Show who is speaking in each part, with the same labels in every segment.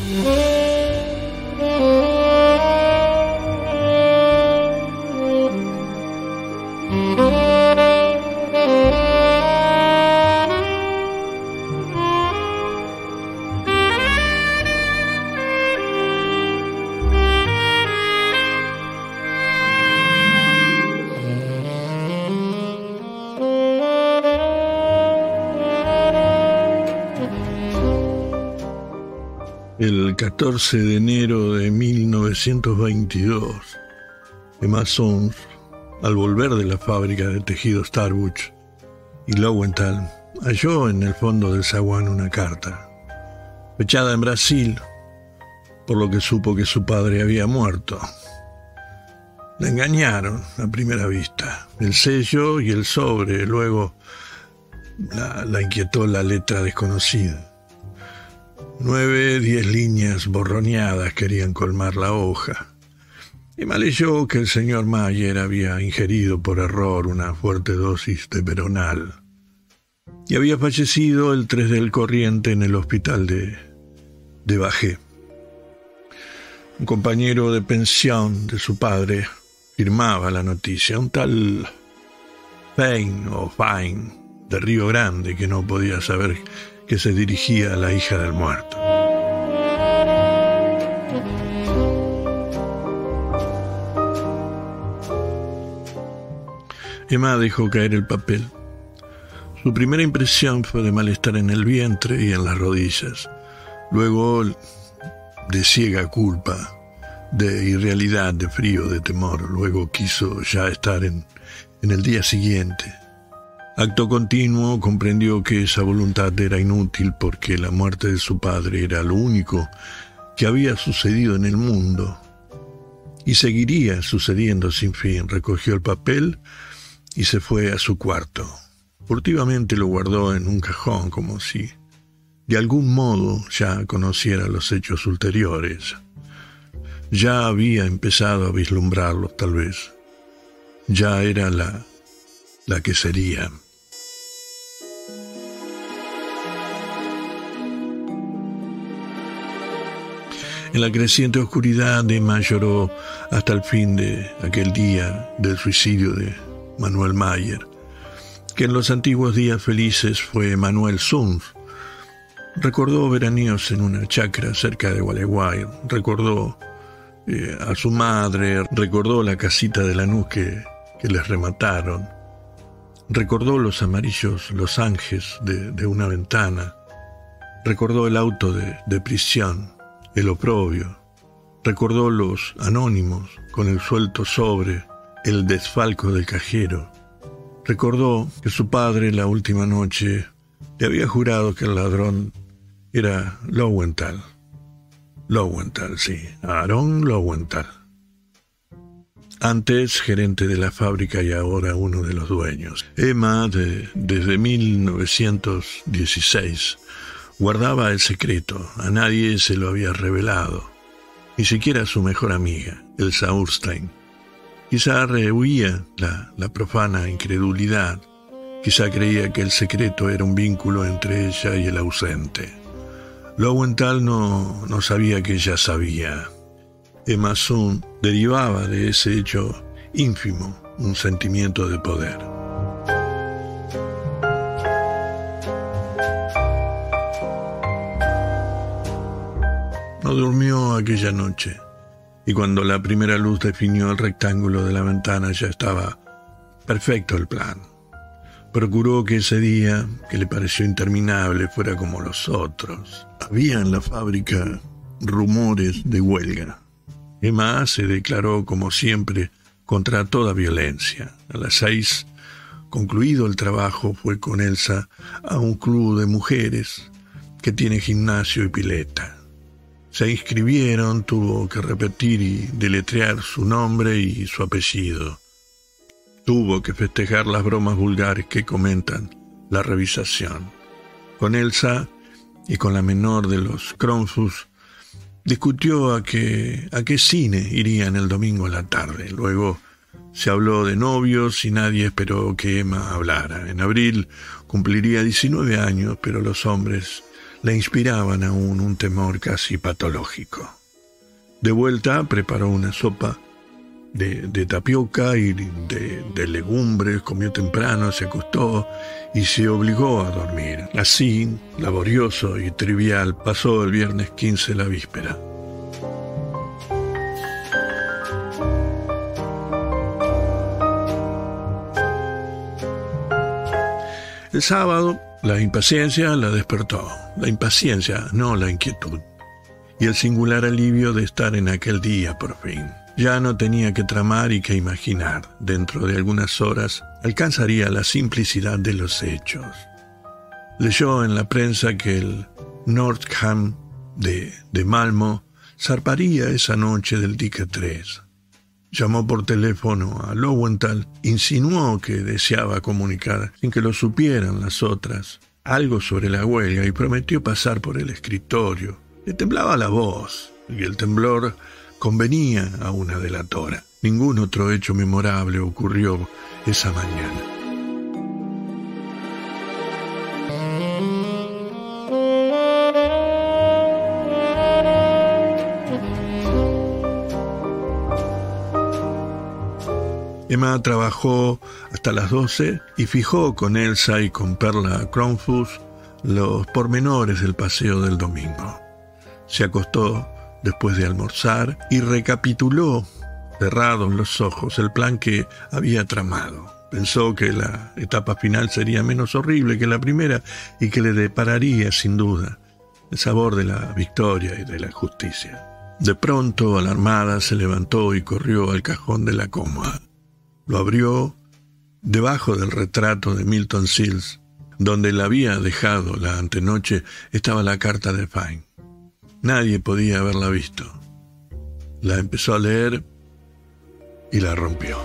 Speaker 1: El 14 de enero de 1922, Emma Soames, al volver de la fábrica de tejido Starbuck y Lowenthal, halló en el fondo del zaguán una carta, fechada en Brasil, por lo que supo que su padre había muerto. La engañaron a primera vista. El sello y el sobre, luego la inquietó la letra desconocida. 9, 10 líneas borroneadas querían colmar la hoja. Emma leyó que el señor Mayer había ingerido por error una fuerte dosis de Veronal y había fallecido el 3 del corriente en el hospital de Bajé. Un compañero de pensión de su padre firmaba la noticia, un tal Fine de Río Grande, que no podía saber que se dirigía a la hija del muerto. Emma dejó caer el papel. Su primera impresión fue de malestar en el vientre y en las rodillas. Luego de ciega culpa, de irrealidad, de frío, de temor. Luego quiso ya estar en el día siguiente. Acto continuo comprendió que esa voluntad era inútil porque la muerte de su padre era lo único que había sucedido en el mundo y seguiría sucediendo sin fin. Recogió el papel y se fue a su cuarto. Furtivamente lo guardó en un cajón como si de algún modo ya conociera los hechos ulteriores. Ya había empezado a vislumbrarlos tal vez. Ya era la que sería. En la creciente oscuridad, Emma lloró hasta el fin de aquel día del suicidio de Manuel Mayer, que en los antiguos días felices fue Manuel Soames. Recordó veraneos en una chacra cerca de Gualeguay, recordó a su madre, recordó la casita de Lanús que les remataron, recordó los amarillos losanges de una ventana, recordó el auto de prisión, el oprobio, recordó los anónimos con el suelto sobre, el desfalco del cajero, recordó que su padre la última noche le había jurado que el ladrón era Lowenthal, sí, Aaron Lowenthal. Antes gerente de la fábrica y ahora uno de los dueños. Emma, desde 1916, guardaba el secreto. A nadie se lo había revelado, ni siquiera a su mejor amiga, Elsa Urstein. Quizá rehuía la profana incredulidad. Quizá creía que el secreto era un vínculo entre ella y el ausente. Lowenthal no sabía que ella sabía. Emma Soames derivaba de ese hecho ínfimo un sentimiento de poder. No durmió aquella noche, y cuando la primera luz definió el rectángulo de la ventana ya estaba perfecto el plan. Procuró que ese día, que le pareció interminable, fuera como los otros. Había en la fábrica rumores de huelga. Emma se declaró, como siempre, contra toda violencia. A las 6, concluido el trabajo, fue con Elsa a un club de mujeres que tiene gimnasio y pileta. Se inscribieron, tuvo que repetir y deletrear su nombre y su apellido. Tuvo que festejar las bromas vulgares que comentan la revisación. Con Elsa y con la menor de los Kronfus discutió a qué cine irían el domingo a la tarde. Luego se habló de novios y nadie esperó que Emma hablara. En abril cumpliría 19 años, pero los hombres le inspiraban aún un temor casi patológico. De vuelta preparó una sopa de tapioca y de legumbres, comió temprano, se acostó y se obligó a dormir. Así, laborioso y trivial, pasó el viernes 15 la víspera. El sábado, la impaciencia la despertó. La impaciencia, no la inquietud. Y el singular alivio de estar en aquel día por fin. Ya no tenía que tramar y que imaginar. Dentro de algunas horas alcanzaría la simplicidad de los hechos. Leyó en la prensa que el Nordhavn de Malmö zarparía esa noche del dique 3. Llamó por teléfono a Lowenthal, insinuó que deseaba comunicar, sin que lo supieran las otras, algo sobre la huelga y prometió pasar por el escritorio. Le temblaba la voz y el temblor convenía a una delatora. Ningún otro hecho memorable ocurrió esa mañana. Emma trabajó hasta las 12 y fijó con Elsa y con Perla Kronfus los pormenores del paseo del domingo. Se acostó después de almorzar y recapituló, cerrados los ojos, el plan que había tramado. Pensó que la etapa final sería menos horrible que la primera y que le depararía, sin duda, el sabor de la victoria y de la justicia. De pronto, alarmada, se levantó y corrió al cajón de la cómoda. Lo abrió. Debajo del retrato de Milton Sills, donde la había dejado la antenoche, estaba la carta de Fine. Nadie podía haberla visto. La empezó a leer y la rompió.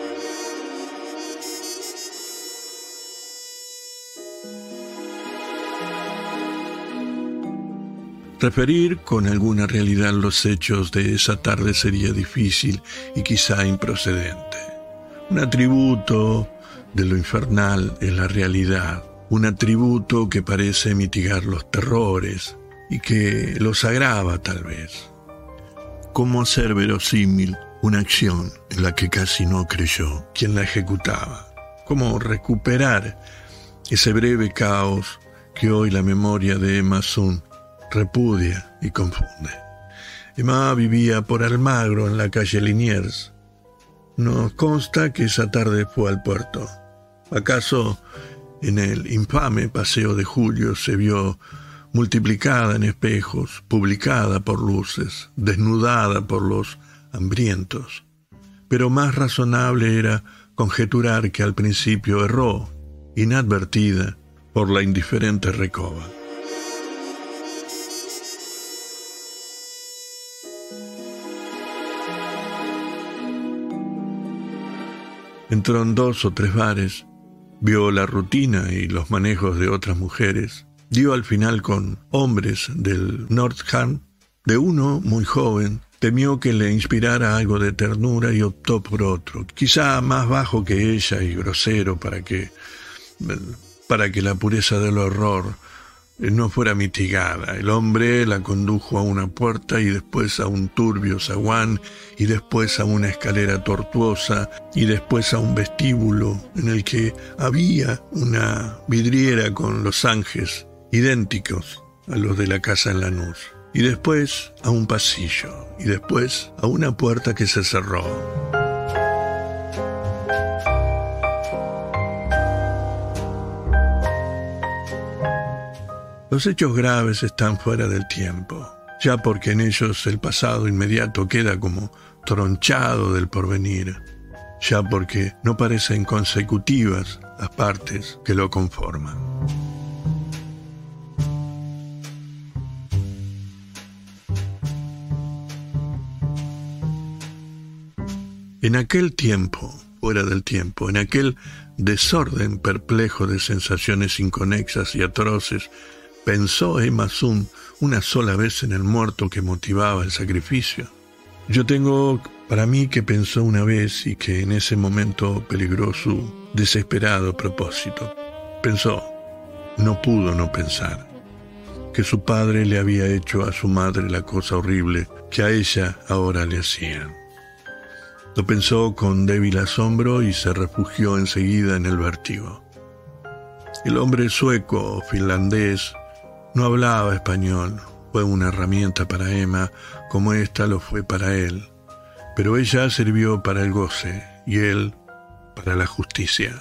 Speaker 1: Referir con alguna realidad los hechos de esa tarde sería difícil y quizá improcedente. Un atributo de lo infernal es la realidad, un atributo que parece mitigar los terrores y que los agrava tal vez. ¿Cómo hacer verosímil una acción en la que casi no creyó quien la ejecutaba? ¿Cómo recuperar ese breve caos que hoy la memoria de Emma Sund repudia y confunde? Emma vivía por Almagro, en la calle Liniers. Nos consta que esa tarde fue al puerto. ¿Acaso en el infame Paseo de Julio se vio multiplicada en espejos, publicada por luces, desnudada por los hambrientos? Pero más razonable era conjeturar que al principio erró, inadvertida por la indiferente Recoba. Entró en 2 o 3 bares, vio la rutina y los manejos de otras mujeres, dio al final con hombres del Nordhavn. De uno, muy joven, temió que le inspirara algo de ternura y optó por otro, quizá más bajo que ella y grosero para que la pureza del horror no fuera mitigada. El hombre la condujo a una puerta y después a un turbio zaguán y después a una escalera tortuosa y después a un vestíbulo en el que había una vidriera con losanges idénticos a los de la casa en Lanús, y después a un pasillo y después a una puerta que se cerró. Los hechos graves están fuera del tiempo, ya porque en ellos el pasado inmediato queda como tronchado del porvenir, ya porque no parecen consecutivas las partes que lo conforman. En aquel tiempo, fuera del tiempo, en aquel desorden perplejo de sensaciones inconexas y atroces, ¿pensó Emma Sund una sola vez en el muerto que motivaba el sacrificio? Yo tengo para mí que pensó una vez y que en ese momento peligró su desesperado propósito. Pensó, no pudo no pensar. que su padre le había hecho a su madre la cosa horrible que a ella ahora le hacían. Lo pensó con débil asombro y se refugió enseguida en el vértigo. El hombre sueco o finlandés no hablaba español. Fue una herramienta para Emma, como ésta lo fue para él. Pero ella sirvió para el goce y él para la justicia.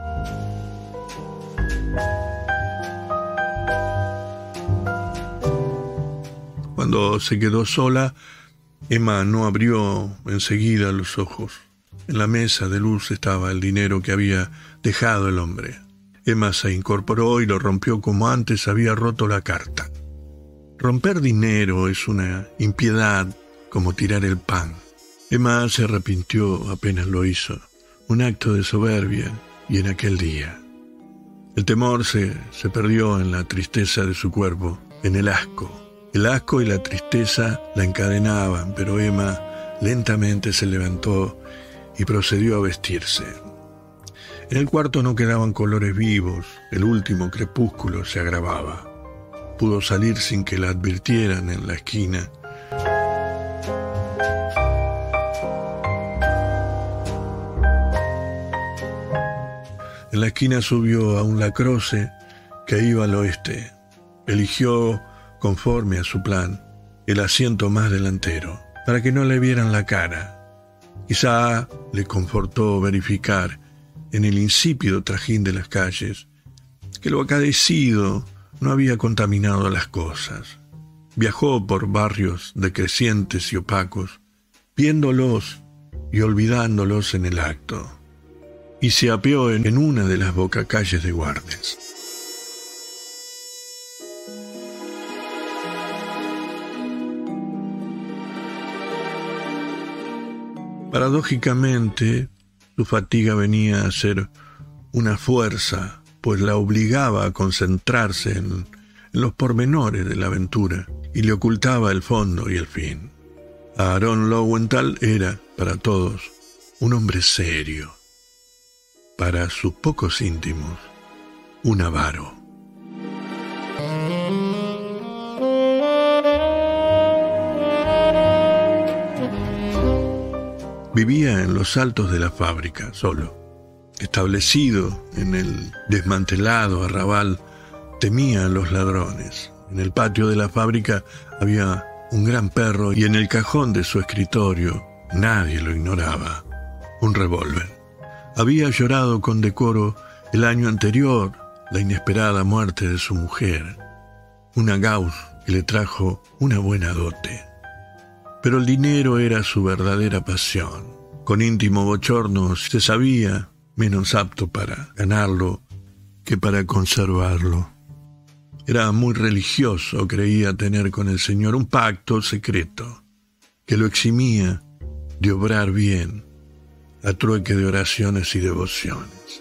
Speaker 1: Cuando se quedó sola, Emma no abrió enseguida los ojos. En la mesa de luz estaba el dinero que había dejado el hombre. Emma se incorporó y lo rompió como antes había roto la carta. Romper dinero es una impiedad como tirar el pan. Emma se arrepintió apenas lo hizo, un acto de soberbia, y en aquel día. El temor se perdió en la tristeza de su cuerpo, en el asco. El asco y la tristeza la encadenaban, pero Emma lentamente se levantó y procedió a vestirse. En el cuarto no quedaban colores vivos, el último crepúsculo se agravaba. Pudo salir sin que la advirtieran en la esquina. En la esquina subió a un lacroce que iba al oeste. Eligió, conforme a su plan, el asiento más delantero, para que no le vieran la cara. Quizá le confortó verificar, en el insípido trajín de las calles, que lo acaecido no había contaminado las cosas. Viajó por barrios decrecientes y opacos, viéndolos y olvidándolos en el acto, y se apeó en una de las bocacalles de Guardes. Paradójicamente, su fatiga venía a ser una fuerza, pues la obligaba a concentrarse en los pormenores de la aventura y le ocultaba el fondo y el fin. Aarón Lowenthal era, para todos, un hombre serio. Para sus pocos íntimos, un avaro. Vivía en los altos de la fábrica, solo. Establecido en el desmantelado arrabal, temía a los ladrones. En el patio de la fábrica había un gran perro y en el cajón de su escritorio, nadie lo ignoraba, un revólver. Había llorado con decoro el año anterior la inesperada muerte de su mujer, una Gauss que le trajo una buena dote. Pero el dinero era su verdadera pasión. Con íntimo bochorno se sabía menos apto para ganarlo que para conservarlo. Era muy religioso, creía tener con el Señor un pacto secreto que lo eximía de obrar bien a trueque de oraciones y devociones.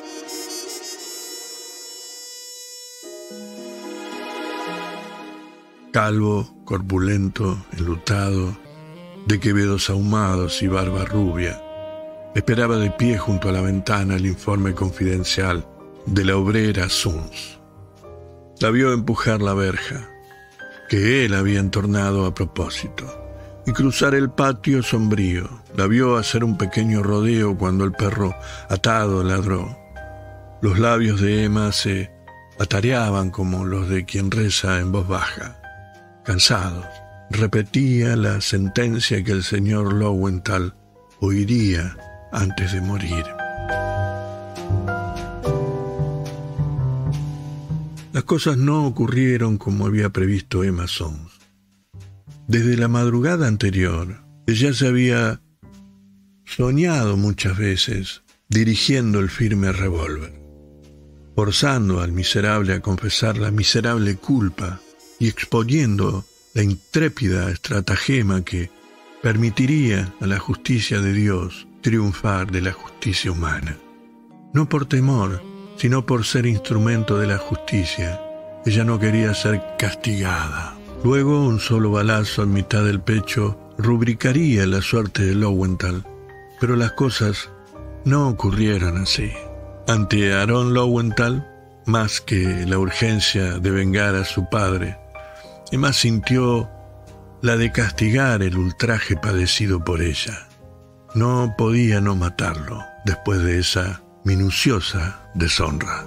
Speaker 1: Calvo, corpulento, enlutado, de quevedos ahumados y barba rubia, esperaba de pie junto a la ventana el informe confidencial de la obrera Suns. La vio empujar la verja, que él había entornado a propósito, y cruzar el patio sombrío. La vio hacer un pequeño rodeo cuando el perro atado ladró. Los labios de Emma se atareaban como los de quien reza en voz baja. Cansados, repetía la sentencia que el señor Lowenthal oiría antes de morir. Las cosas no ocurrieron como había previsto Emma Soames. Desde la madrugada anterior, ella se había soñado muchas veces dirigiendo el firme revólver, forzando al miserable a confesar la miserable culpa y exponiendo la intrépida estratagema que permitiría a la justicia de Dios triunfar de la justicia humana. No por temor, sino por ser instrumento de la justicia. Ella no quería ser castigada. Luego, un solo balazo en mitad del pecho rubricaría la suerte de Lowenthal, pero las cosas no ocurrieron así. Ante Aarón Lowenthal, más que la urgencia de vengar a su padre, Emma sintió la de castigar el ultraje padecido por ella. No podía no matarlo después de esa minuciosa deshonra.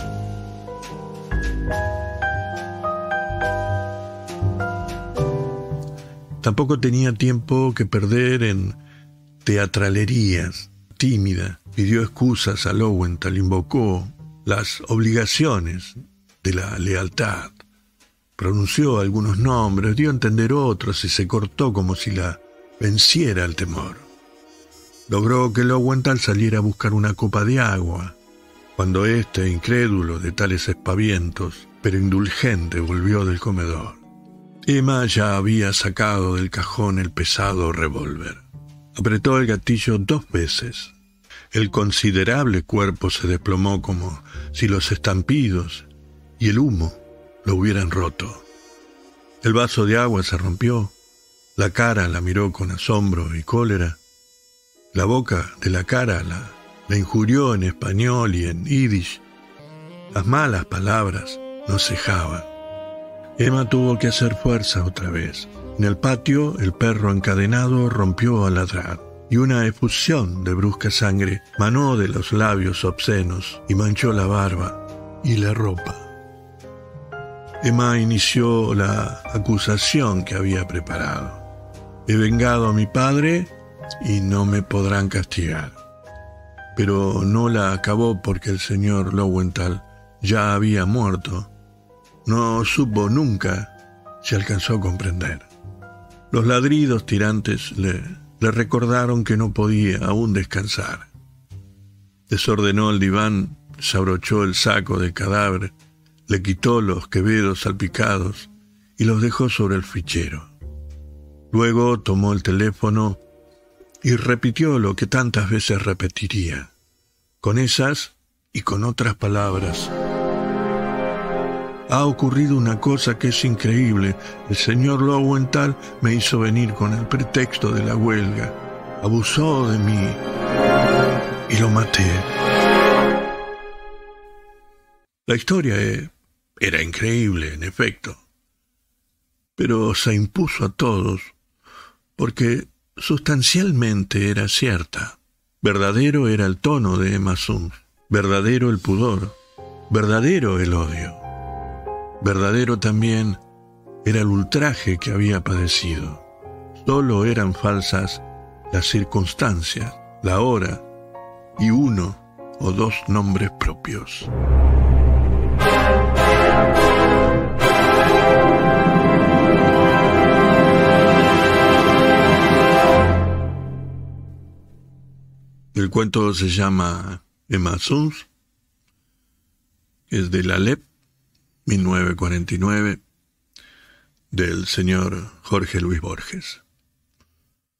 Speaker 1: Tampoco tenía tiempo que perder en teatralerías. Tímida, pidió excusas a Lowenthal, invocó las obligaciones de la lealtad, pronunció algunos nombres, dio a entender otros y se cortó como si la venciera el temor. Logró que Lowenthal saliera a buscar una copa de agua, cuando éste, incrédulo de tales espavientos, pero indulgente, volvió del comedor. Emma ya había sacado del cajón el pesado revólver. Apretó el gatillo 2 veces. El considerable cuerpo se desplomó como si los estampidos y el humo lo hubieran roto. El vaso de agua se rompió. La cara la miró con asombro y cólera. La boca de la cara la injurió en español y en yiddish. Las malas palabras no cejaban. Emma tuvo que hacer fuerza otra vez. En el patio, el perro encadenado rompió a ladrar, y una efusión de brusca sangre manó de los labios obscenos y manchó la barba y la ropa. Emma inició la acusación que había preparado. He vengado a mi padre y no me podrán castigar. Pero no la acabó porque el señor Lowenthal ya había muerto. No supo nunca, se alcanzó a comprender. Los ladridos tirantes le recordaron que no podía aún descansar. Desordenó el diván, desabrochó el saco del cadáver, le quitó los quevedos salpicados y los dejó sobre el fichero. Luego tomó el teléfono y repitió lo que tantas veces repetiría, con esas y con otras palabras. Ha ocurrido una cosa que es increíble. El señor Lowenthal me hizo venir con el pretexto de la huelga. Abusó de mí y lo maté. La historia era increíble, en efecto, pero se impuso a todos porque sustancialmente era cierta. Verdadero era el tono de Emma Sunz, verdadero el pudor, verdadero el odio. Verdadero también era el ultraje que había padecido. Solo eran falsas las circunstancias, la hora y 1 o 2 nombres propios. El cuento se llama Emma Sunz, es de la LEP, 1949, del señor Jorge Luis Borges.